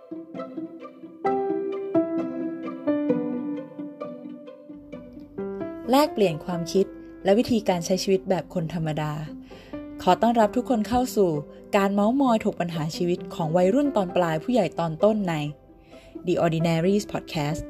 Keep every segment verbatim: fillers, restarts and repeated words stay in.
แลกเปลี่ยนความคิดและวิธีการใช้ชีวิตแบบคนธรรมดาขอต้อนรับทุกคนเข้าสู่การเม้าท์มอยถกปัญหาชีวิตของวัยรุ่นตอนปลายผู้ใหญ่ตอนต้นใน The Ordinaries Podcast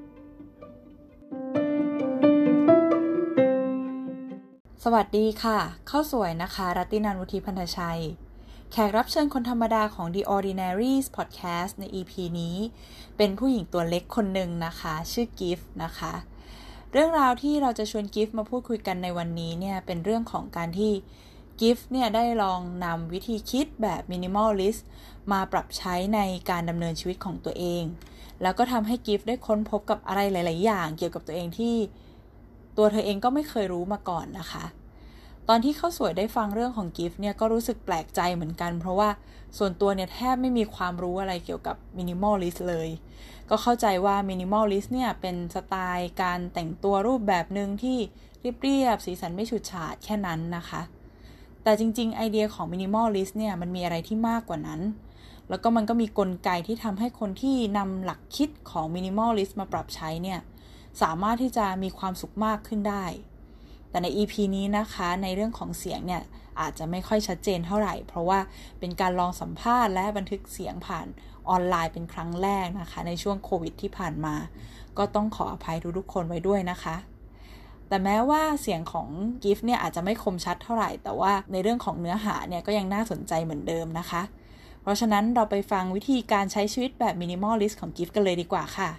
สวัสดีค่ะข้าวสวยนะคะรัตตินันท์ วุฒิพันธชัยแขกรับเชิญคนธรรมดาของ The Ordinaries Podcast ใน อี พี นี้เป็นผู้หญิงตัวเล็กคนหนึ่งนะคะชื่อกิฟต์นะคะเรื่องราวที่เราจะชวนกิฟต์มาพูดคุยกันในวันนี้เนี่ยเป็นเรื่องของการที่กิฟต์เนี่ยได้ลองนำวิธีคิดแบบมินิมอลลิสต์มาปรับใช้ในการดำเนินชีวิตของตัวเองแล้วก็ทำให้กิฟต์ได้ค้นพบกับอะไรหลายๆอย่างเกี่ยวกับตัวเองที่ตัวเธอเองก็ไม่เคยรู้มาก่อนนะคะตอนที่ข้าวสวยได้ฟังเรื่องของกิฟต์เนี่ยก็รู้สึกแปลกใจเหมือนกันเพราะว่าส่วนตัวเนี่ยแทบไม่มีความรู้อะไรเกี่ยวกับมินิมอลลิสต์เลยก็เข้าใจว่ามินิมอลลิสต์เนี่ยเป็นสไตล์การแต่งตัวรูปแบบนึงที่เรียบๆสีสันไม่ฉูดฉาดแค่นั้นนะคะแต่จริงๆไอเดียของมินิมอลลิสต์เนี่ยมันมีอะไรที่มากกว่านั้นแล้วก็มันก็มีกลไกที่ทำให้คนที่นำหลักคิดของมินิมอลลิสต์มาปรับใช้เนี่ยสามารถที่จะมีความสุขมากขึ้นได้แต่ใน อี พี นี้นะคะในเรื่องของเสียงเนี่ยอาจจะไม่ค่อยชัดเจนเท่าไหร่เพราะว่าเป็นการลองสัมภาษณ์และบันทึกเสียงผ่านออนไลน์เป็นครั้งแรกนะคะในช่วงโควิดที่ผ่านมาก็ต้องขออภัยทุกๆคนไว้ด้วยนะคะแต่แม้ว่าเสียงของกิฟต์เนี่ยอาจจะไม่คมชัดเท่าไหร่แต่ว่าในเรื่องของเนื้อหาเนี่ยก็ยังน่าสนใจเหมือนเดิมนะคะเพราะฉะนั้นเราไปฟังวิธีการใช้ชีวิตแบบมินิมอลลิสต์ของกิฟต์กันเลยดีกว่าค่ะ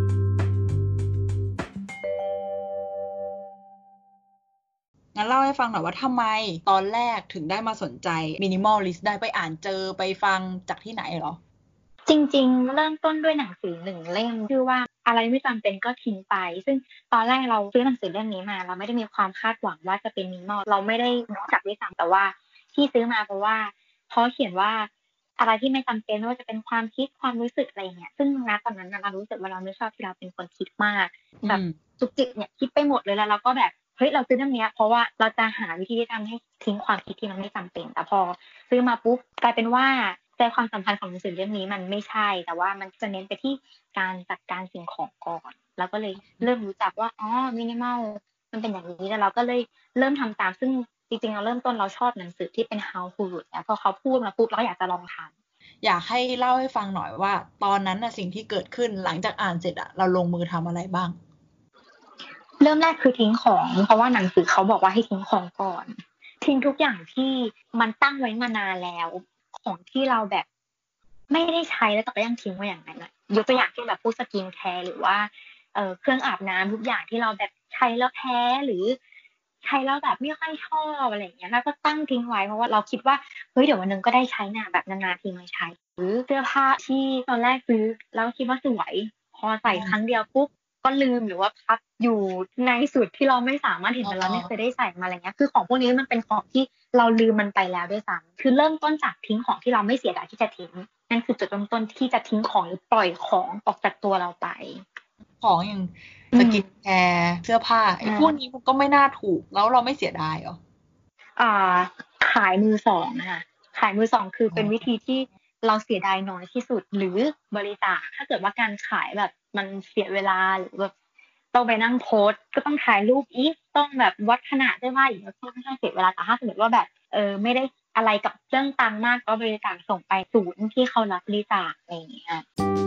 งั้นเล่าให้ฟังหน่อยว่าทำไมตอนแรกถึงได้มาสนใจมินิมอลลิสต์ได้ไปอ่านเจอไปฟังจากที่ไหนเหรอจริงๆเริ่มต้นด้วยหนังสือหนึ่งเล่มชื่อว่าอะไรไม่จำเป็นก็ทิ้งไปซึ่งตอนแรกเราซื้อหนังสือเล่มนี้มาเราไม่ได้มีความคาดหวังว่าจะเป็นมินิมอลเราไม่ได้รู้จักด้วยซ้ำแต่ว่าที่ซื้อมาเพราะว่าเขาเขียนว่าอะไรที่ไม่จำเป็นไม่ว่าจะเป็นความคิดความรู้สึกอะไรเงี้ยซึ่งณตอนนั้นเรารู้สึกว่าเราไม่ชอบที่เราเป็นคนคิดมากแบบจุกจิกเนี่ยคิดไปหมดเลยแล้วเราก็แบบเฮ้ยเราซื้อเล่มนี้เพราะว่าเราจะหาวิธีที่ทำให้ทิ้งความคิดที่มันไม่จำเป็นแต่พอซื้อมาปุ๊บกลายเป็นว่าใจความสัมพันธ์ของหนังสือเล่มนี้มันไม่ใช่แต่ว่ามันจะเน้นไปที่การจัดการสิ่งของก่อนแล้วก็เลยเริ่มรู้จักว่าอ๋อมินิมอลมันเป็นอย่างนี้แล้วเราก็เลยเริ่มทำตามซึ่งจริงๆเราเริ่มต้นเราชอบหนังสือที่เป็น how to แล้วพอเขาพูดมาปุ๊บเราอยากจะลองทำอยากให้เล่าให้ฟังหน่อยว่าตอนนั้นน่ะสิ่งที่เกิดขึ้นหลังจากอ่านเสร็จอะเราลงมือทำอะไรบ้างเริ่มแรกคือทิ้งของเพราะว่าหนังสือเขาบอกว่าให้ทิ้งของก่อนทิ้งทุกอย่างที่มันตั้งไว้มานานแล้วของที่เราแบบไม่ได้ใช้แล้วแต่ก็ยังทิ้งไว้อย่างนั้นนะยกตัวอย่างเช่นแบบพวกสกินแคร์หรือว่าเอ่อเครื่องอาบน้ำทุกอย่างที่เราแบบใช้แล้วแพ้หรือใช้แล้วแบบไม่ค่อยชอบอะไรอย่างเงี้ยแล้วก็ตั้งทิ้งไว้เพราะว่าเราคิดว่าเฮ้ยเดี๋ยววันนึงก็ได้ใช้น่ะแบบนานๆทีมาใช้หรือเสื้อผ้าที่ตอนแรกซื้อแล้วคิดว่าสวยพอใส่ครั้งเดียวปุ๊บก็ลืมหรือว่าพับอยู่ในสุดที่เราไม่สามารถเห็นแต่เราไม่เคยได้ใส่มาอะไรเงี้ยคือของพวกนี้มันเป็นของที่เราลืมมันไปแล้วด้วยซ้ำคือเริ่มต้นจากทิ้งของที่เราไม่เสียดายที่จะทิ้งนั่นคือจุดเริ่มต้นที่จะทิ้งของหรือปล่อยของออกจากตัวเราไปของอย่างสกินแคร์เสื้อผ้าไอ้พวกนี้มันก็ไม่น่าถูกแล้วเราไม่เสียดายเหรออ่าขายมือสองนะคะขายมือสองคือเป็นวิธีที่เราเสียดายน้อยที่สุดหรือบริจาคถ้าเกิดว่าการขายแบบมันเสียเวลาหรือแบบต้องไปนั่งโพสก็ต้องถ่ายรูปอีกต้องแบบวัดขนาดได้ว่าอีกแล้วก็ไม่ต้องเสียเวลาแต่ถ้าสมมติว่าแบบเออไม่ได้อะไรกับเรื่องตังค์มากก็บริจาคส่งไปศูนย์ที่เขารับบริจาคอะไรอย่างเงี้ย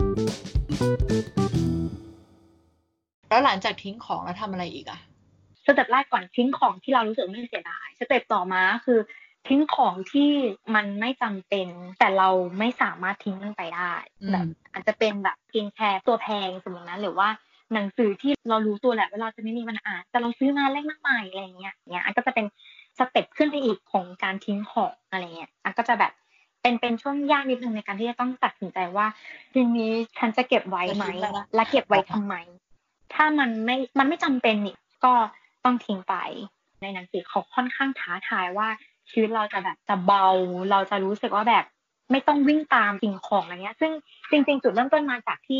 แล้วหลังจากทิ้งของแล้วทำอะไรอีกอะสเต็ปแรกก่อนทิ้งของที่เรารู้สึกไม่เสียดายสเต็ปต่อมาคือทิ้งของที่มันไม่จำเป็นแต่เราไม่สามารถทิ้งมันไปได้แบบอาจจะเป็นแบบสกินแคร์ตัวแพงสมมตินะหรือว่าหนังสือที่เรารู้ตัวแหละว่าเราจะไม่มีวันอ่านแต่เราซื้อมาเล่มใหม่อะไรเงี้ยเงี้ยอันก็จะเป็นสเต็ปขึ้นไปอีกของการทิ้งของอะไรเงี้ยอันก็จะแบบเป็นเป็นช่วงยากนิดนึงในการที่จะต้องตัดสินใจว่าทีนี้ฉันจะเก็บไว้ไหมและเก็บไว้ทำไมถ้ามันไม่มันไม่จำเป็นนี่ก็ต้องทิ้งไปในหนังสือเขาค่อนข้างท้าทายว่าชีวิตเราจะแบบจะเบาเราจะรู้สึกว่าแบบไม่ต้องวิ่งตามสิ่งของอะไรเงี้ยซึ่งจริงๆจุดเริ่มต้นมาจากที่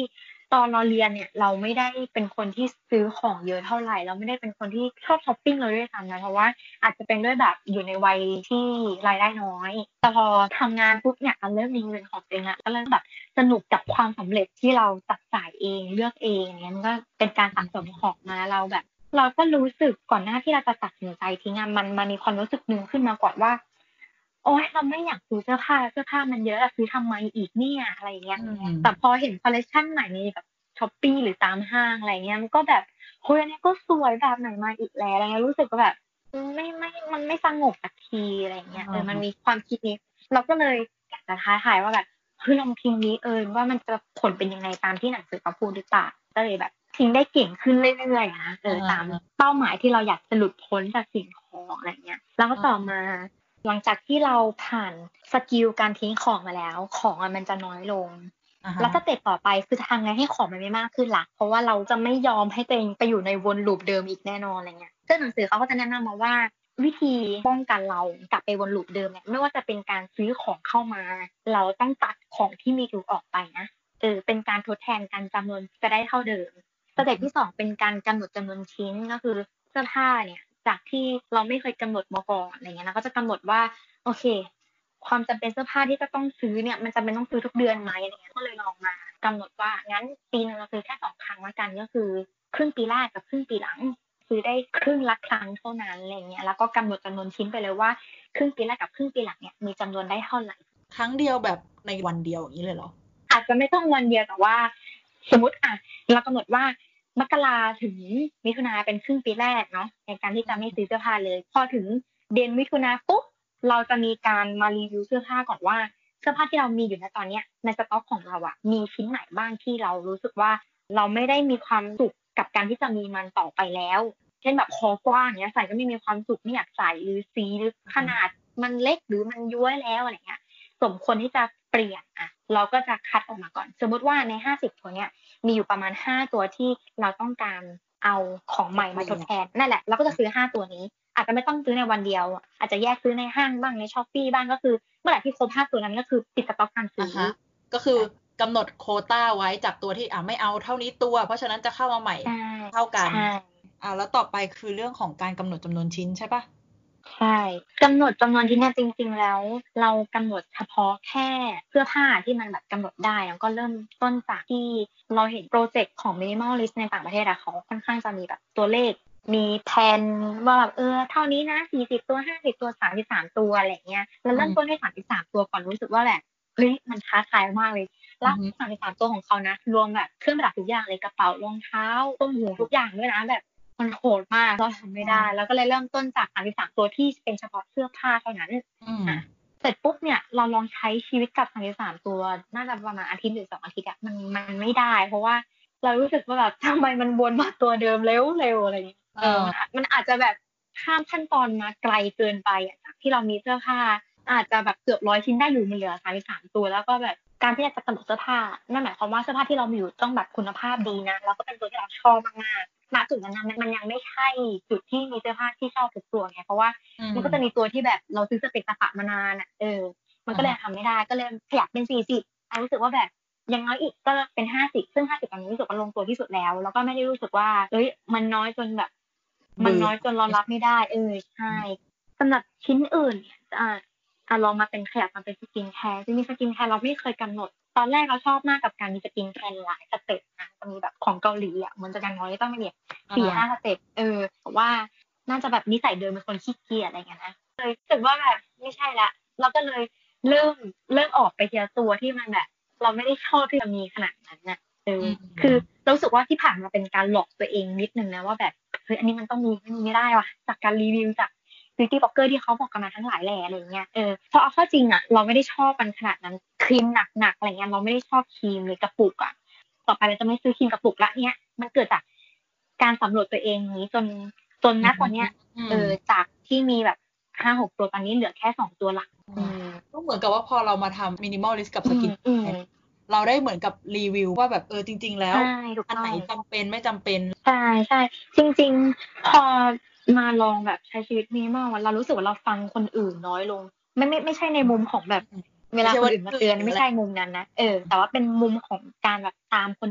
ตอนเราเรียนเนี่ยเราไม่ได้เป็นคนที่ซื้อของเยอะเท่าไหร่เราไม่ได้เป็นคนที่ชอบช้อปปิ้งเลยด้วยซ้ำนะเพราะว่าอาจจะเป็นด้วยแบบอยู่ในวัยที่รายได้น้อยแต่พอทำงานปุ๊บเนี่ยเริ่มมีเงินของตัวเองอะก็เริ่มแบบสนุกกับความสำเร็จที่เราจัดจ่ายเองเลือกเองเนี่ยมันก็เป็นการสะสมของมาเราแบบเราก็รู้สึกก่อนหน้าที่เราจะตัดสินใจทิ้งอะมันมันมีความรู้สึกนึงขึ้นมาก่อนว่าโอ๊ยเราไม่อยากซื้อเสื้อผ้าเสื้อผ้ามันเยอะอะซื้อทำไมอีกเนี่ยอะไรเงี้ยแต่พอเห็นคอลเลคชันใหม่ในแบบ Shopee หรือตามห้างอะไรเงี้ยมันก็แบบเฮ้ยอันนี้ก็สวยแบบไหนมาอีกแล้วอะไรเงี้ยรู้สึกว่าแบบไม่ไม่มันไม่สงบสักทีอะไรเงี้ยเออมันมีความคิดนี้เราก็เลยอยากจะท้าทายว่าแบบเฮ้ยลองทิ้งนี้เออว่ามันจะผลเป็นยังไงตามที่หนังสือเขาพูดหรือเปล่าก็เลยแบบทิ้งได้เก่งขึ้นเรื่อยๆนะเออตามเป้าหมายที่เราอยากจะหลุดพ้นจากสิ่งของอะไรเงี้ยแล้วก็ต่อมาหลังจากที่เราผ่านสกิลการทิ้งของมาแล้วของมันจะน้อยลงแล้วสเต็ปต่อไปคือจะทำไงให้ของมันไม่มากขึ้นล่ะเพราะว่าเราจะไม่ยอมให้ตัวเองไปอยู่ในวนลูปเดิมอีกแน่นอนอะไรเงี้ยซึ่งหนังสือเขาก็จะแนะนำมาว่าวิธีป้องกันเรากลับไปวนลูปเดิมเนี่ยไม่ว่าจะเป็นการซื้อของเข้ามาเราต้องตัดของที่มีอยู่ออกไปนะเออเป็นการทดแทนกันจำนวนจะได้เท่าเดิมสเต็ปที่สองเป็นการกำหนดจำนวนชิ้นก็คือเสื้อผ้าเนี่ยจากที่เราไม่เคยกำหนดมาก่อนอะไรเงี้ยเราก็จะกำหนดว่าโอเคความจำเป็นเสื้อผ้าที่จะต้องซื้อเนี่ยมันจำเป็นต้องซื้อทุกเดือนไหมอะไรเงี้ยก็เลยลองมากำหนดว่างั้นปีนึงเราซื้อแค่สองครั้งละกันก็คือครึ่งปีแรกกับครึ่งปีหลังซื้อได้ครึ่งละครั้งเท่านั้นอะไรเงี้ยแล้วก็กำหนดจำนวนชิ้นไปเลยว่าครึ่งปีแรกกับครึ่งปีหลังเนี่ยมีจำนวนได้เท่าไหร่ครั้งเดียวแบบในวันเดียวอย่างนี้เลยเหรออาจจะไม่ต้องวันเดียวแต่ว่าสมมติอ่ะเรากำหนดว่ามกราถึงมิถุนาเป็นครึ่งปีแรกเนาะในการที่จะไม่ซื้อเสื้อผ้าเลยพอถึงเดือนมิถุนาปุ๊บเราจะมีการมารีวิวเสื้อผ้าก่อนว่าเสื้อผ้าที่เรามีอยู่ในตอนนี้ในสต็อกของเราอะมีชิ้นไหนบ้างที่เรารู้สึกว่าเราไม่ได้มีความสุขกับการที่จะมีมันต่อไปแล้วเช่นแบบคอกว้างเนี้ยใส่ก็ไม่มีความสุขไม่อยากใส่หรือสีหรือขนาดมันเล็กหรือมันย้วยแล้วอะไรเงี้ยสมควรที่จะเปลี่ยนอ่ะเราก็จะคัดออกมาก่อนสมมติว่าในห้าสิบตัวเนี้ยมีอยู่ประมาณห้าตัวที่เราต้องการเอาของใหม่มาทดแทนนั่นแหละเราก็จะซื้อห้าตัวนี้อาจจะไม่ต้องซื้อในวันเดียวอาจจะแยกซื้อในห้างบ้างใน Shopee บ้างก็คือเมื่อไหร่ที่ครบห้าตัวนั้นก็คือปิดสต็อกการซื้อก็คือกำหนดโควต้าไว้จากตัวที่อ่ะไม่เอาเท่านี้ตัวเพราะฉะนั้นจะเข้ามาใหม่เท่ากันอ่าแล้วต่อไปคือเรื่องของการกำหนดจำนวนชิ้นใช่ปะใช่กำหนดจำนวนชิ้นเนี่ยจริงๆแล้วเรากำหนดเฉพาะแค่เสื้อผ้าที่มันแบบกำหนดได้แล้วก็เริ่มต้นจากที่เราเห็นโปรเจกต์ของ minimalist ในต่างประเทศอะเขาค่อนข้างจะมีแบบตัวเลขมีแผนว่าแบบเออเท่านี้นะสี่สิบตัวห้าสิบตัวสามสิบสามตัวอะไรเงี้ยแล้วเริ่มต้นด้วยสามสิบสามตัวก่อนรู้สึกว่าแบบเฮ้ยมันท้าทายมากเลยแล้วสามสิบสามตัวของเขานะรวมแบบเครื่องประดับทุกอย่างเลยกระเป๋ารองเท้าต้มหูทุกอย่างด้วยนะแบบมันโหดมากเราทำไม่ได้แล้วก็เลยเริ่มต้นจากสามสิบสามตัวที่เป็นเฉพาะเสื้อผ้าเท่านั้นอ่ะเสร็จปุ๊บเนี่ยเราลองใช้ชีวิตกับสามสิบสามตัวน่าจะประมาณอาทิตย์หรือสองอาทิตย์อะมันมันไม่ได้เพราะว่าเรารู้สึกว่าแบบทำไมมันวนมาตัวเดิมเร็วๆอะไรอย่างเงี้ยเออมันมันอาจจะแบบข้ามขั้นตอนมาไกลเกินไปอ่ะจากที่เรามีเสื้อผ้าอาจจะแบบเกือบร้อยชิ้นได้อยู่มันเหลือสามสิบสามตัวแล้วก็แบบการที่จะกำหนดเสื้อผ้านั่นหมายความว่าเสื้อผ้าที่เรามีอยู่ต้องแบบคุณภาพดีนะแล้วก็เป็นตัวที่เราชอบมากๆณจุดนั้นนะมันยังไม่ใช่จุดที่มีเสื้อผ้าที่ชอบทุกตัวไงเพราะว่ามันก็จะมีตัวที่แบบเราซื้อสเปกสปะมานานอ่ะเออมันก็เลยทำไม่ได้ก็เลยขยับเป็นสี่สิบรู้สึกว่าแบบยังน้อยอีกก็เป็นห้าสิบซึ่งห้าสิบตอนนี้รู้สึกว่าลงตัวที่สุดแล้วแล้วก็ไม่ได้รู้สึกว่าเอ้ยมันน้อยจนแบบมันน้อยจนเรารับไม่ได้เออใช่สำหรับชิ้นอื่นอ่าอ่ะลองมาเป็นขยับมาเป็นสกินแคร์จริงๆสกินแคร์เราไม่เคยกำหนดตอนแรกเราชอบมากกับการมีสกินแคร์หลายสเต็ปนะจะมีแบบของเกาหลีอ่ะมันจะอย่างน้อยต้องมีสี่ห้าสเต็ปเออแต่ว่าน่าจะแบบนิสัยเดิมเป็นคนขี้เกียจอะไรเงี้ยนะเลยรู้สึกว่าแบบไม่ใช่ละเราก็เลยเริ่มเริ่มออกไปทีละตัวที่มันแบบเราไม่ได้ชอบที่จะมีขนาดนั้นน่ะเออคือรู้สึกว่าที่ผ่านมาเป็นการหลอกตัวเองนิดนึงนะว่าแบบเฮ้ยอันนี้มันต้องมีไม่มีไม่ได้ว่ะจากการรีวิวจากบิวตี้บล็อกเกอร์ที่เขาบอกกันมาทั้งหลายแหล่อะไรเงี้ยเออพอเอาเข้าจริงอ่ะเราไม่ได้ชอบมันขนาดนั้นครีมหนักๆอะไรเงี้ยเราไม่ได้ชอบครีมเลยกระปุกอ่ะต่อไปเราจะไม่ซื้อครีมกระปุกละเนี้ยมันเกิดจากการสำรวจตัวเองนี้จนจนณตอนเนี้ยเออจากที่มีแบบห้าหกตัวตอนนี้เหลือแค่สองตัวหลักก็เหมือนกับว่าพอเรามาทำมินิมอลลิสต์กับสกินเราได้เหมือนกับรีวิวว่าแบบเออจริงๆแล้วอันไหนจำเป็นไม่จำเป็นใช่ใช่จริงๆพอมาลองแบบใช้ชีวิตมินิมอลเรารู้สึกว่าเราฟังคนอื่นน้อยลงไม่ไม่ไม่ใช่ในมุมของแบบเวลาคนอื่นมาเตือนไม่ใช่มุมนั้นนะเออแต่ว่าเป็นมุมของการแบบตามคนอื่น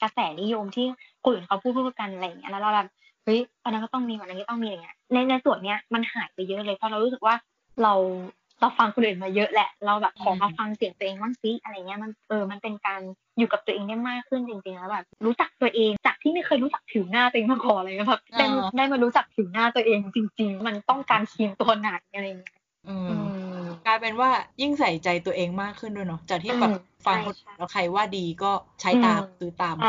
กระแสนิยมที่คนอื่นเขาพูดพูดกันอะไรอย่างเงี้ยแล้วเราแบบเฮ้ยอันนั้นก็ต้องมีอันนั้นก็ต้องมีอะไรเงี้ยในในส่วนเนี้ยมันหายไปเยอะเลยเพราะเรารู้สึกว่าเราเราฟังคนอื่นมาเยอะแหละเราแบบขอมาฟังเสียงตัวเองบ้างซิอะไรเงี้ยมันเออมันเป็นการอยู่กับตัวเองได้มากขึ้นจริงๆแล้วแบบรู้จักตัวเองจากที่ไม่เคยรู้จักผิวหน้าตัวเองมาก่อนอะไรเงี้ยแบบได้ได้มารู้จักผิวหน้าตัวเองจริงๆมันต้องการครีมตัวไหนอะไรเงี้ยกลายเป็นว่ายิ่งใส่ใจตัวเองมากขึ้นด้วยเนาะจากที่แบบฟังคนแล้วใครว่าดีก็ใช้ตามซื้อตาม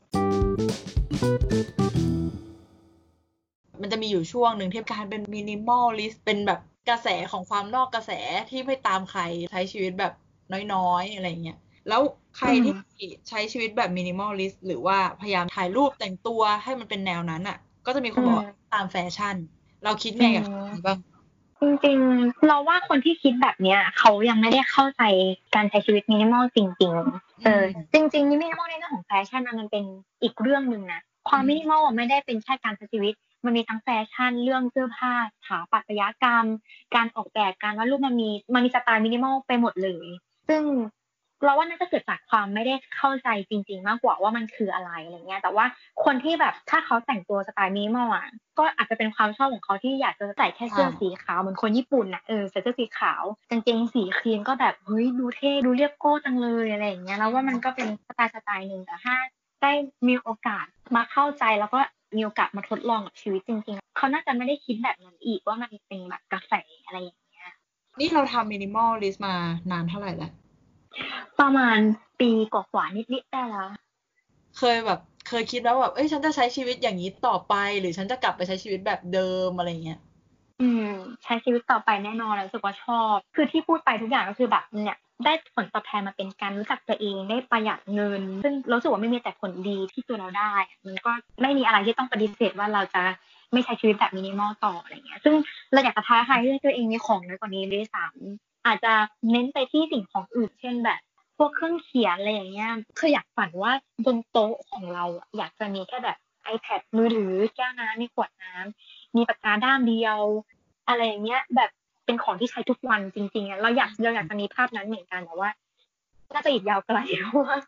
มันจะมีอยู่ช่วงหนึ่งที่การเป็นมินิมอลลิสต์เป็นแบบกระแสของความนอกกระแสที่ไม่ตามใครใช้ชีวิตแบบน้อยๆอะไรเงี้ยแล้วใครที่ใช้ชีวิตแบบมินิมอลลิสต์หรือว่าพยายามถ่ายรูปแต่งตัวให้มันเป็นแนวนั้นอ่ะก็จะมีคนบอกตามแฟชั่นเราคิดไงกับนี้บ้างจริงๆเราว่าคนที่คิดแบบเนี้ยเขายังไม่ได้เข้าใจการใช้ชีวิตมินิมอลจริงๆเออจริงๆมินิมอลในเรื่องของแฟชั่นมันเป็นอีกเรื่องนึงนะความมินิมอลไม่ได้เป็นแค่การใช้ชีวิตมันมีทั้งแฟชั่นเรื่องเสื้อผ้าสถาปัตยกรรมการออกแบบการวาดรูปมันมีมันมีสไตล์มินิมอลไปหมดเลยซึ่งเราว่าน่าจะเกิดจากความไม่ได้เข้าใจจริงๆมากกว่าว่ามันคืออะไรอะไรเงี้ยแต่ว่าคนที่แบบถ้าเขาแต่งตัวสไตล์มินิมอลอ่ะก็อาจจะเป็นความชอบของเขาที่อยากจะใส่แค่เสื้อสีขาวเหมือนคนญี่ปุ่นน่ะเออใส่เสื้อสีขาวกางเกงสีครีมก็แบบเฮ้ยดูเท่ดูเรียบโก้จังเลยอะไรอย่างเงี้ยแล้วว่ามันก็เป็นสไตล์สไตล์นึงแต่ถ้าได้มีโอกาสมาเข้าใจแล้วก็มีโอกาสมาทดลองกับชีวิตจริงๆเขาน่าจะไม่ได้คิดแบบนั้นอีกว่ามันเป็นแบบกระแสอะไรอย่างเงี้ยนี่เราทำมินิมอลลิสต์มานานเท่าไหร่แล้วประมาณปีกว่าๆนิดๆได้แล้วเคยแบบเคยคิดแล้วแบบเอ้ยฉันจะใช้ชีวิตอย่างนี้ต่อไปหรือฉันจะกลับไปใช้ชีวิตแบบเดิมอะไรเงี้ยอืมใช้ชีวิตต่อไปแน่นอนรู้สึกว่าชอบคือที่พูดไปทุกอย่างก็คือแบบเนี่ยได้ผลตอบแทนมาเป็นการรู้จักตัวเองได้ประหยัดเงินซึ่งรู้สึกว่าไม่มีแต่ผลดีที่ตัวเราได้มันก็ไม่มีอะไรที่ต้องปฏิเสธว่าเราจะไม่ใช้ชีวิตแบบมินิมอลต่ออะไรเงี้ยซึ่งเราอยากจะท้าทายให้ตัวเองมีของน้อยกว่านี้ด้วยซ้ำอาจจะเน้นไปที่สิ่งของอื่นเช่นแบบพวกเครื่องเขียนอะไรอย่างเงี้ยคืออยากฝันว่าบนโต๊ะของเราอยากจะมีแค่แบบ iPad มือถือแก้วน้ำมีขวดน้ำมีปากกาด้ามเดียวอะไรอย่างเงี้ยแบบเป็นของที่ใช้ทุกวันจริงๆเราอยากเราอยากจะมีภาพนั้นเหมือนกันแต่ว่าน่าจะอีกยาวไกลเพราะว่า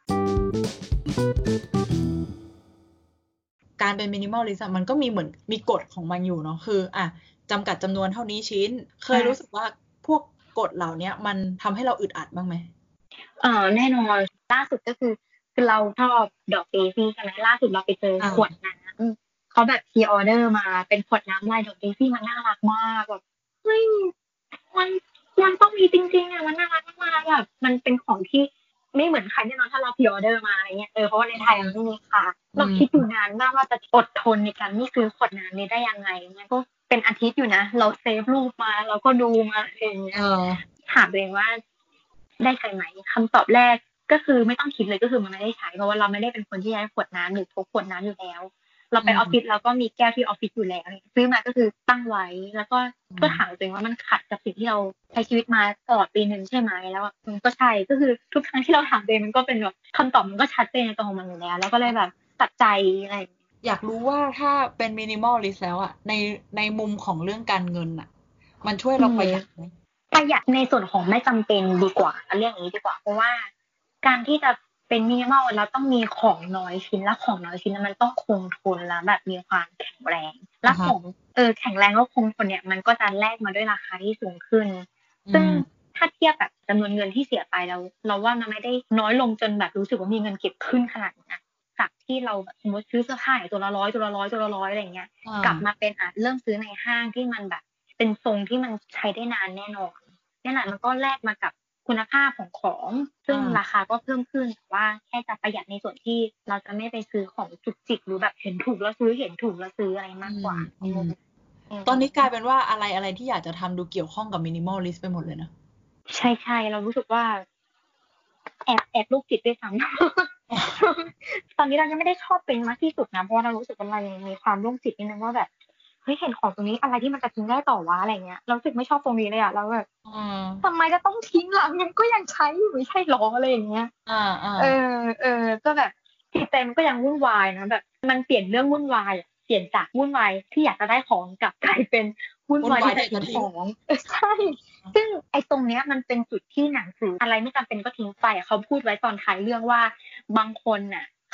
การเป็นมินิมอลลิสต์มันก็มีเหมือนมีกฎของมันอยู่เนาะคืออ่ะจำกัดจำนวนเท่านี้ชิ้นเคยรู้สึกว่าพวกกฎเหล่านี้มันทำให้เราอึดอัดบ้างไหมเออแน่นอนล่าสุดก็คือคือเราชอบดอกเดซี่ใช่ไหมล่าสุดเราไปเจอขวดน้ำเขาแบบพรีออเดอร์มาเป็นขวดน้ำลายดอกเดซี่มันน่ารักมากแบบเฮ้ยมันมันต้องมีจริงๆอ่ะมันน่ารักมากแบบมันเป็นของที่ไม่เหมือนใครแน่นอนถ้าเราพรีออเดอร์มาอะไรเงี้ยเออเพราะว่าในไทยมันไม่มีค่ะเราคิดอยู่นานมากว่าจะอดทนในการไม่ซื้อขวดน้ำนี้ได้ยังไงมันก็เป็นอาทิตย์อยู่นะเราเซฟรูปมาเราก็ดูมาเองเงี้ยถามตัวเองว่าได้ใช้ไหมคำตอบแรกก็คือไม่ต้องคิดเลยก็คือมันไม่ได้ใช้เพราะว่าเราไม่ได้เป็นคนที่ใช้ขวดน้ำหรือพกขวดน้ำอยู่แล้วเราไปออฟฟิศเราก็มีแก้วที่ออฟฟิศอยู่แล้วซื้อมาก็คือตั้งไว้แล้วก็ก็ถามตัวเองว่ามันขัดกับสิ่งที่เราใช้ชีวิตมาตลอดปีหนึ่งใช่ไหมแล้วมันก็ใช่ก็คือทุกครั้งที่เราถามตัวเองมันก็เป็นแบบคำตอบมันก็ชัดเจนในตัวของมันอยู่แล้วแล้วก็เลยแบบตัดใจอะไรอยากรู้ว่าถ้าเป็นมินิมอลลิสต์แล้วอ่ะในในมุมของเรื่องการเงินอ่ะมันช่วยเราประหยัดไหมประหยัดในส่วนของไม่จำเป็นดีกว่าเรื่องนี้ดีกว่าเพราะว่าการที่จะเป็นมินิมอลแล้วต้องมีของน้อยชิ้นและของน้อยชิ้นมันต้องคงทนแล้วแบบมีความแข็งแรงและของเออแข็งแรงแล้วคงทนเนี่ยมันก็จะแลกมาด้วยราคาที่สูงขึ้นซึ่งถ้าเทียบแบบจำนวนเงินที่เสียไปแล้วเราว่ามันไม่ได้น้อยลงจนแบบรู้สึกว่ามีเงินเก็บขึ้นขนาดนี้จากที่เราสมมติซื้อเสื้อผ้าตัวละร้อยตัวละร้อยตัวละร้อยอะไรเงี้ยกลับมาเป็นอ่ะเริ่มซื้อในห้างที่มันแบบเป็นทรงที่มันใช้ได้นานแน่นอนนี่แหละมันก็แลกมากับคุณภาพของของซึ่งราคาก็เพิ่มขึ้นแต่ว่าแค่จะประหยัดในส่วนที่เราจะไม่ไปซื้อของจุกจิกหรือแบบเห็นถูกแล้วซื้อเห็นถูกแล้วซื้ออะไรมากกว่าตอนนี้กลายเป็นว่าอะไรอะไรที่อยากจะทำดูเกี่ยวข้องกับมินิมอลลิสต์ไปหมดเลยนะใช่ใช่เรารู้สึกว่าแอบแอบลูกจิตด้วยซ้ำตอนนี้เรายังไม่ได้ชอบเป็นมากที่สุดนะเพราะเรารู้สึกว่าเรายังมีความลูกจิตนิดนึงว่าแบบเฮ้ยเห็นของตรงนี้อะไรที่มันจะทิ้งได้ต่อวะอะไรเงี้ยเราสึกไม่ชอบตรงนี้เลยอ่ะเราแบบทำไมจะต้องทิ้งล่ะมันก็ยังใช้อยู่ไม่ใช่หรออะไรอย่างเงี้ยเออเออก็แบบจิตใจมันก็ยังวุ่นวายนะแบบมันเปลี่ยนเรื่องวุ่นวายเปลี่ยนจากวุ่นวายที่อยากจะได้ของกลับกลายเป็นวุ่นวายที่จะทิ้งของใช่ซึ่งไอ้ตรงเนี้ยมันเป็นจุดที่หนังสืออะไรไม่จำเป็นก็ทิ้งไปเขาพูดไว้ตอนท้ายเรื่องว่าบางคนน่ะ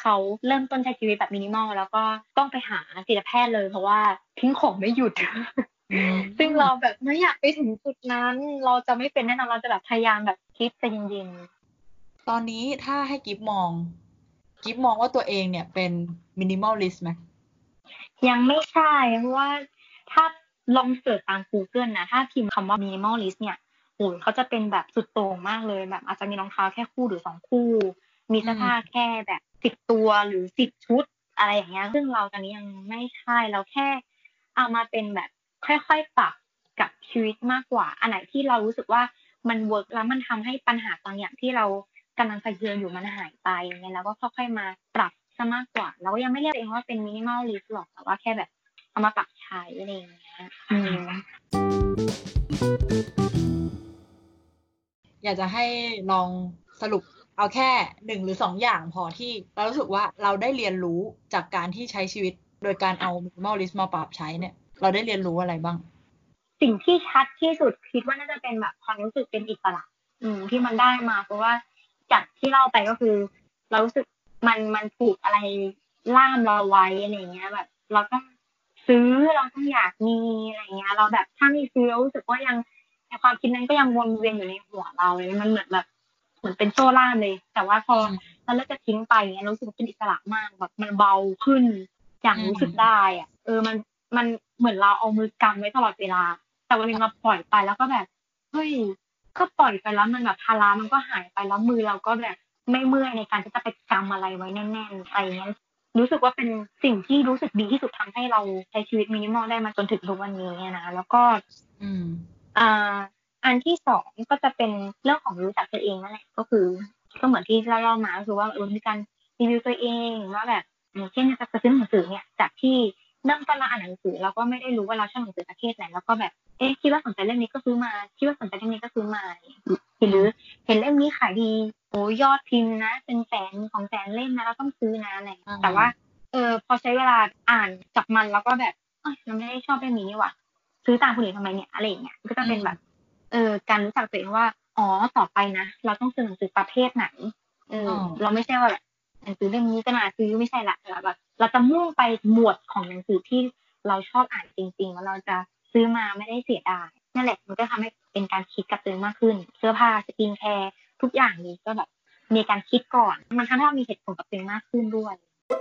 เขาเริ่มต้นใช้ชีวิตแบบมินิมอลแล้วก็ต้องไปหาจิตแพทย์เลยเพราะว่าทิ้งของไม่หยุด ซึ่งเราแบบไม่อยากไปถึงจุดนั้นเราจะไม่เป็นแน่นอนเราจะแบบพยายามแบบคิดใจเย็นๆตอนนี้ถ้าให้กิฟมองกิฟมองว่าตัวเองเนี่ยเป็นมินิมอลลิสต์ไหมยังไม่ใช่เพราะว่าถ้าลองเสิร์ชตาม Google นะถ้าพิมพ์คำว่า minimalist เนี่ยโอ้ยเขาจะเป็นแบบสุดโต่งมากเลยแบบอาจจะมีรองเท้าแค่คู่หรือสองคู่มีเสื้อผ้าแค่แบบสิบตัวหรือสิบชุดอะไรอย่างเงี้ยซึ่งเราตอนนี้ยังไม่ใช่เราแค่เอามาเป็นแบบค่อยๆปรับกับชีวิตมากกว่าอันไหนที่เรารู้สึกว่ามันเวิร์กแล้วมันทำให้ปัญหาบางอย่างที่เรากำลังเผชิญอยู่มันหายไปอย่างเงี้ยแล้วก็ค่อยๆมาปรับซะมากกว่าเราก็ยังไม่เรียกเองว่าเป็นมินิมอลลิสต์หรอกแต่ว่าแค่แบบเอามาปรับใช้อะไรอย่างเงี้ยอืมอยากจะให้ลองสรุปเอาแค่หนึ่งหรือสองอย่างพอที่เรารู้สึกว่าเราได้เรียนรู้จากการที่ใช้ชีวิตโดยการเอามินิมอลลิสต์มาปรับใช้เนี่ยเราได้เรียนรู้อะไรบ้างสิ่งที่ชัดที่สุดคิดว่าน่าจะเป็นแบบความรู้สึกเป็นอิสระอืมที่มันได้มาเพราะว่าจากที่เล่าไปก็คือเรารู้สึกมันมันถูกอะไรล่ามเราไว้อะไรเงี้ยแบบเราต้องซื้อเราต้องอยากมีอะไรเงี้ยเราแบบถ้ามีซื้อเรารู้สึกว่ายังในความคิดนั้นก็ยังวนเวียนอยู่ในหัวเราเลยมันเหมือนแบบเหมือนเป็นโซ่ล่ามเลยแต่ว่าพอเราเลิกจะทิ้งไปเงี้ยรู้สึกเป็นอิสระมากแบบมันเบาขึ้นอย่างรู้สึกได้อ่ะเออมันมันเหมือนเราเอามือกำไว้ตลอดเวลาแต่วันนึงเราปล่อยไปแล้วก็แบบเฮ้ยก็ปล่อยไปแล้วมันแบบภาระมันก็หายไปแล้วมือเราก็แบบไม่เมื่อยในการที่จะไปกำอะไรไว้แน่นๆอะไรเงี้ยรู้สึกว่าเป็นสิ่งที่รู้สึกดีที่สุดทำให้เราใช้ชีวิตมินิมอลได้มาจนถึงทุกวันนี้นะแล้วก็อืมอ่าอันที่สองก็จะเป็นเรื่องของรู้จักตัวเองนั่นแหละก็คือก็เหมือนที่เราเล่ามาก็คือว่าเออมีการรีวิวตัวเองว่าแบบอย่างเช่นจะซื้อหนังสือเนี่ยจากที่เริ่มต้นเราอ่านหนังสือเราก็ไม่ได้รู้ว่าเราชอบหนังสือประเภทไหนแล้วก็แบบเอ๊ะคิดว่าสนใจเล่มนี้ก็ซื้อมาคิดว่าสนใจเล่มนี้ก็ซื้อมาหรือเห็นเล่มนี้ขายดีโอ้ยอดพิมพ์นะเป็นแสนของแสนเล่มนะเราต้องซื้อนะอะไรแต่ว่าเออพอใช้เวลาอ่านกับมันแล้วก็แบบเอ้ยเราไม่ได้ชอบเล่มนี้นี่หว่าซื้อตามคนอื่นทำไมเนี่ยอะไรอย่างเงี้ยก็จะเป็นแบบเออการรู้จักตัวเองว่าอ๋อต่อไปนะเราต้องซื้อหนังสือประเภทไหนเออเราไม่ใช่ว่าแบบหนังสือเล่มนี้จะมาซื้อไม่ใช่ละแบบเราจะมุ่งไปหมวดของหนังสือที่เราชอบอ่านจริงๆแล้วเราจะซื้อมาไม่ได้เสียดายนั่นแหละมันก็ทำให้เป็นการคิดกับตัวเองมากขึ้นเสื้อผ้าสกินแคร์ทุกอย่างนี้ก็แบบมีการคิดก่อนมันทำให้เรามีเหตุผลกับตัวเองมากขึ้นด้วย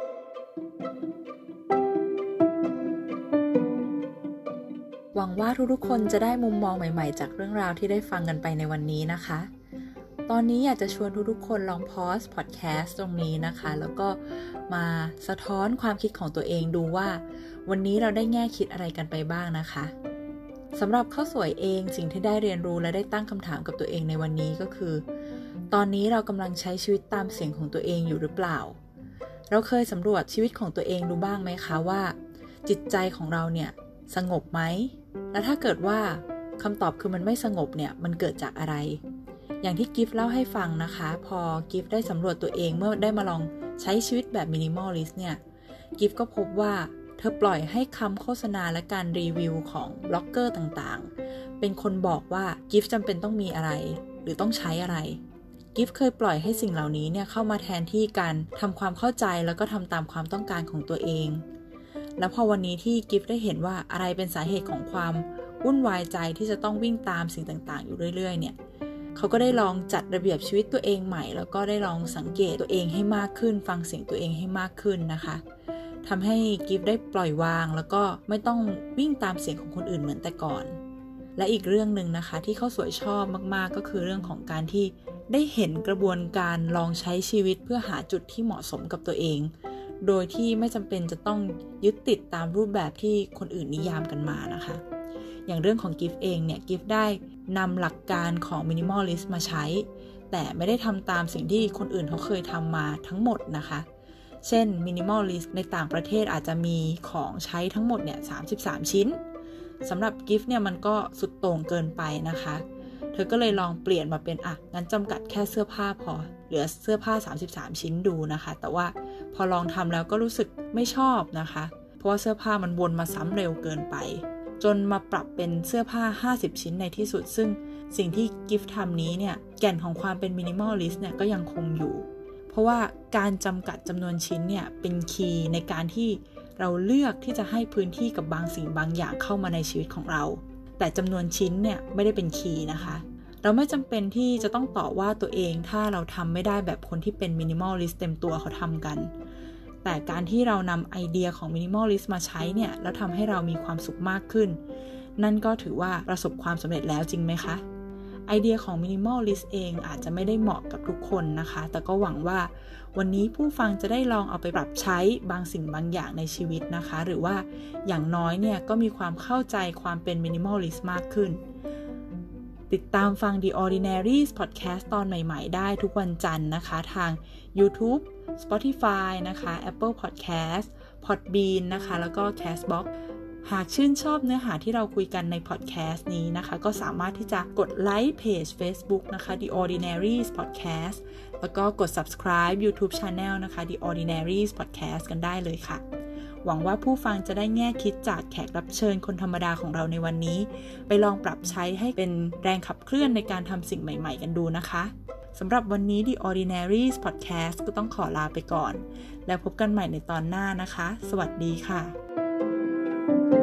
หวังว่าทุกๆคนจะได้มุมมองใหม่ๆจากเรื่องราวที่ได้ฟังกันไปในวันนี้นะคะตอนนี้อยากจะชวนทุกๆคนลองพอสพอดแคสต์ตรงนี้นะคะแล้วก็มาสะท้อนความคิดของตัวเองดูว่าวันนี้เราได้แง่คิดอะไรกันไปบ้างนะคะสำหรับข้าวสวยเองสิ่งที่ได้เรียนรู้และได้ตั้งคำถามกับตัวเองในวันนี้ก็คือตอนนี้เรากำลังใช้ชีวิตตามเสียงของตัวเองอยู่หรือเปล่าเราเคยสำรวจชีวิตของตัวเองดูบ้างไหมคะว่าจิตใจของเราเนี่ยสงบไหมและถ้าเกิดว่าคำตอบคือมันไม่สงบเนี่ยมันเกิดจากอะไรอย่างที่กิฟต์เล่าให้ฟังนะคะพอกิฟต์ได้สำรวจตัวเองเมื่อได้มาลองใช้ชีวิตแบบมินิมอลลิสต์เนี่ยกิฟต์ก็พบว่าเธอปล่อยให้คำโฆษณาและการรีวิวของบล็อกเกอร์ต่างๆเป็นคนบอกว่ากิฟต์จำเป็นต้องมีอะไรหรือต้องใช้อะไรกิฟต์เคยปล่อยให้สิ่งเหล่านี้เนี่ยเข้ามาแทนที่การทำความเข้าใจแล้วก็ทำตามความต้องการของตัวเองแล้วพอวันนี้ที่กิฟต์ได้เห็นว่าอะไรเป็นสาเหตุของความวุ่นวายใจที่จะต้องวิ่งตามสิ่งต่างๆอยู่เรื่อยๆเนี่ยเขาก็ได้ลองจัดระเบียบชีวิตตัวเองใหม่แล้วก็ได้ลองสังเกตตัวเองให้มากขึ้นฟังเสียงตัวเองให้มากขึ้นนะคะทำให้กิฟต์ได้ปล่อยวางแล้วก็ไม่ต้องวิ่งตามเสียงของคนอื่นเหมือนแต่ก่อนและอีกเรื่องนึงนะคะที่เขาสวยชอบมากๆก็คือเรื่องของการที่ได้เห็นกระบวนการลองใช้ชีวิตเพื่อหาจุดที่เหมาะสมกับตัวเองโดยที่ไม่จำเป็นจะต้องยึดติดตามรูปแบบที่คนอื่นนิยามกันมานะคะอย่างเรื่องของกิฟต์เองเนี่ยกิฟต์ได้นำหลักการของมินิมอลลิสต์มาใช้แต่ไม่ได้ทำตามสิ่งที่คนอื่นเขาเคยทำมาทั้งหมดนะคะเช่นมินิมอลลิสต์ในต่างประเทศอาจจะมีของใช้ทั้งหมดเนี่ยสามสิบสามชิ้นสำหรับกิฟต์เนี่ยมันก็สุดโต่งเกินไปนะคะเธอก็เลยลองเปลี่ยนมาเป็นอ่ะงั้นจำกัดแค่เสื้อผ้าพอเหลือเสื้อผ้าสามสิบสามชิ้นดูนะคะแต่ว่าพอลองทำแล้วก็รู้สึกไม่ชอบนะคะเพราะว่าเสื้อผ้ามันวนมาซ้ำเร็วเกินไปจนมาปรับเป็นเสื้อผ้าห้าสิบชิ้นในที่สุดซึ่งสิ่งที่กิฟต์ทำนี้เนี่ยแก่นของความเป็นมินิมอลลิสต์เนี่ยก็ยังคงอยู่เพราะว่าการจำกัดจำนวนชิ้นเนี่ยเป็นคีย์ในการที่เราเลือกที่จะให้พื้นที่กับบางสิ่งบางอย่างเข้ามาในชีวิตของเราแต่จำนวนชิ้นเนี่ยไม่ได้เป็นคีย์นะคะเราไม่จำเป็นที่จะต้องต่อว่าตัวเองถ้าเราทำไม่ได้แบบคนที่เป็นมินิมอลลิสต์เต็มตัวเขาทำกันแต่การที่เรานำไอเดียของมินิมอลลิสต์มาใช้เนี่ยแล้วทำให้เรามีความสุขมากขึ้นนั่นก็ถือว่าประสบความสำเร็จแล้วจริงไหมคะไอเดียของมินิมอลลิสต์เองอาจจะไม่ได้เหมาะกับทุกคนนะคะแต่ก็หวังว่าวันนี้ผู้ฟังจะได้ลองเอาไปปรับใช้บางสิ่งบางอย่างในชีวิตนะคะหรือว่าอย่างน้อยเนี่ยก็มีความเข้าใจความเป็นมินิมอลลิสต์มากขึ้นติดตามฟัง The Ordinaries Podcast ตอนใหม่ๆได้ทุกวันจันทร์นะคะทาง YouTube Spotify นะคะ Apple Podcast Podbean นะคะแล้วก็ Castbox หากชื่นชอบเนื้อหาที่เราคุยกันในพอดแคสต์นี้นะคะก็สามารถที่จะกดไลค์เพจ Facebook นะคะ The Ordinaries Podcast แล้วก็กด Subscribe YouTube Channel นะคะ The Ordinaries Podcast กันได้เลยค่ะหวังว่าผู้ฟังจะได้แง่คิดจากแขกรับเชิญคนธรรมดาของเราในวันนี้ไปลองปรับใช้ให้เป็นแรงขับเคลื่อนในการทำสิ่งใหม่ๆกันดูนะคะสำหรับวันนี้ The Ordinaries Podcast ก็ต้องขอลาไปก่อนแล้วพบกันใหม่ในตอนหน้านะคะสวัสดีค่ะ